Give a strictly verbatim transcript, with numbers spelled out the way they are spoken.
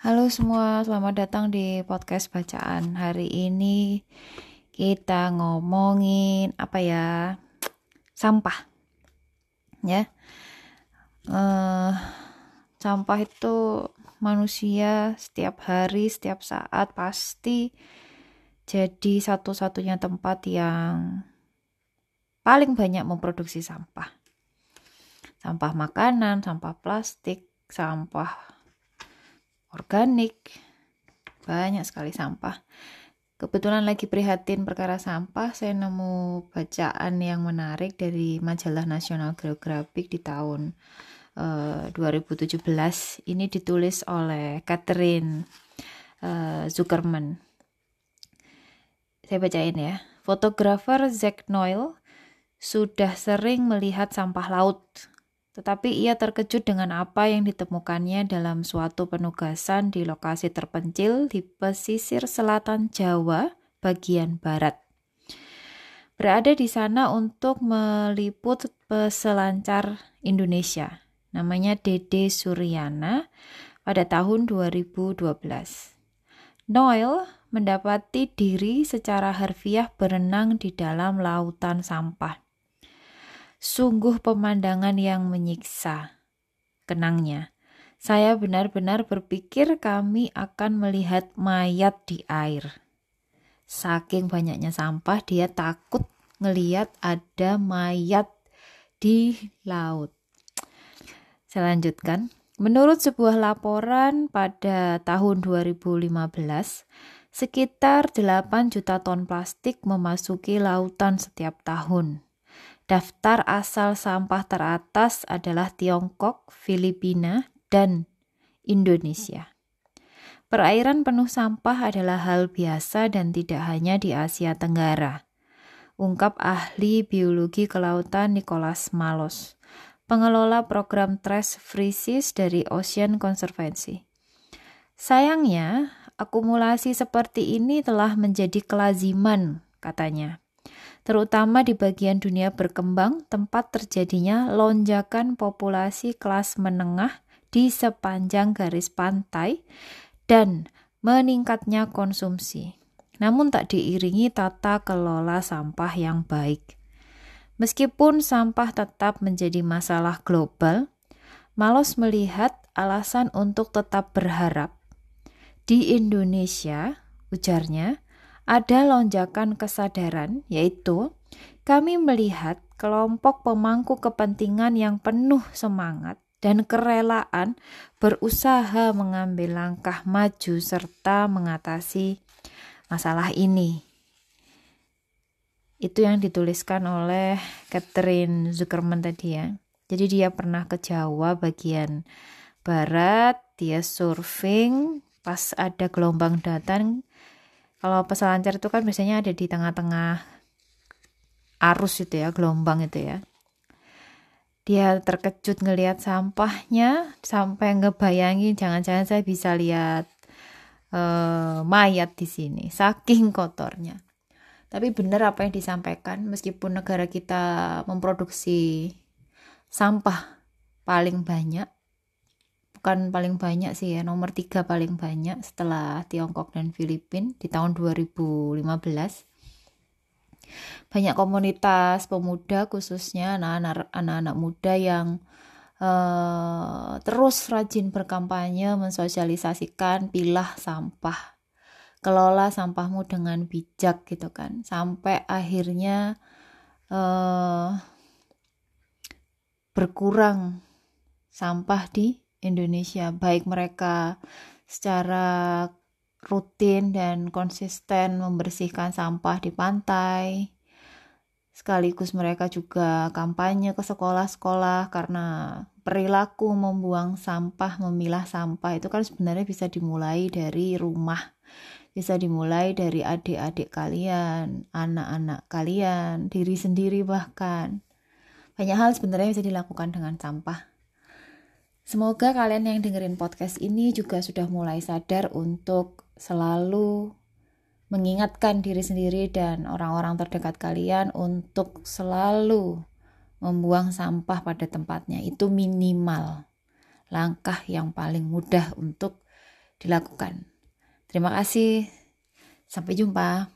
Halo semua, selamat datang di podcast bacaan. Hari ini kita ngomongin apa ya? Sampah, ya. Eh, sampah itu manusia setiap hari, setiap saat pasti jadi satu-satunya tempat yang paling banyak memproduksi sampah. Sampah makanan, sampah plastik, sampah organik, banyak sekali sampah. Kebetulan lagi prihatin perkara sampah, saya nemu bacaan yang menarik dari majalah National Geographic di tahun uh, dua ribu tujuh belas. Ini ditulis oleh Catherine uh, Zuckerman. Saya bacain ya. Fotografer Zack Noyle sudah sering melihat sampah laut, tetapi ia terkejut dengan apa yang ditemukannya dalam suatu penugasan di lokasi terpencil di pesisir selatan Jawa bagian barat. Berada di sana untuk meliput peselancar Indonesia, namanya Dede Suryana, pada tahun dua ribu dua belas. Noyle mendapati diri secara harfiah berenang di dalam lautan sampah. Sungguh pemandangan yang menyiksa, kenangnya. Saya benar-benar berpikir kami akan melihat mayat di air. Saking banyaknya sampah, dia takut ngelihat ada mayat di laut. Saya lanjutkan. Menurut sebuah laporan pada tahun dua ribu lima belas, sekitar delapan juta ton plastik memasuki lautan setiap tahun. Daftar asal sampah teratas adalah Tiongkok, Filipina, dan Indonesia. Perairan penuh sampah adalah hal biasa dan tidak hanya di Asia Tenggara, ungkap ahli biologi kelautan Nicholas Malos, pengelola program Trash Free Seas dari Ocean Conservancy. Sayangnya, akumulasi seperti ini telah menjadi kelaziman, katanya. Terutama di bagian dunia berkembang, tempat terjadinya lonjakan populasi kelas menengah di sepanjang garis pantai dan meningkatnya konsumsi. Namun tak diiringi tata kelola sampah yang baik. Meskipun sampah tetap menjadi masalah global, Malos melihat alasan untuk tetap berharap. Di Indonesia, ujarnya, ada lonjakan kesadaran, yaitu kami melihat kelompok pemangku kepentingan yang penuh semangat dan kerelaan berusaha mengambil langkah maju serta mengatasi masalah ini. Itu yang dituliskan oleh Catherine Zuckerman tadi ya. Jadi dia pernah ke Jawa bagian barat, dia surfing, pas ada gelombang datang. Kalau peselancar itu kan biasanya ada di tengah-tengah arus itu ya, gelombang itu ya. Dia terkejut ngelihat sampahnya sampai ngebayangin jangan-jangan saya bisa lihat uh, mayat di sini, saking kotornya. Tapi benar apa yang disampaikan, meskipun negara kita memproduksi sampah paling banyak, bukan paling banyak sih ya, nomor tiga paling banyak setelah Tiongkok dan Filipina di tahun dua ribu lima belas. Banyak komunitas pemuda khususnya anak-anak, anak-anak muda yang uh, terus rajin berkampanye mensosialisasikan pilah sampah, kelola sampahmu dengan bijak gitu kan, sampai akhirnya uh, berkurang sampah di Indonesia, baik mereka secara rutin dan konsisten membersihkan sampah di pantai, sekaligus mereka juga kampanye ke sekolah-sekolah, karena perilaku membuang sampah, memilah sampah itu kan sebenarnya bisa dimulai dari rumah, bisa dimulai dari adik-adik kalian, anak-anak kalian, diri sendiri bahkan. Banyak hal sebenarnya bisa dilakukan dengan sampah. Semoga kalian yang dengerin podcast ini juga sudah mulai sadar untuk selalu mengingatkan diri sendiri dan orang-orang terdekat kalian untuk selalu membuang sampah pada tempatnya. Itu minimal langkah yang paling mudah untuk dilakukan. Terima kasih. Sampai jumpa.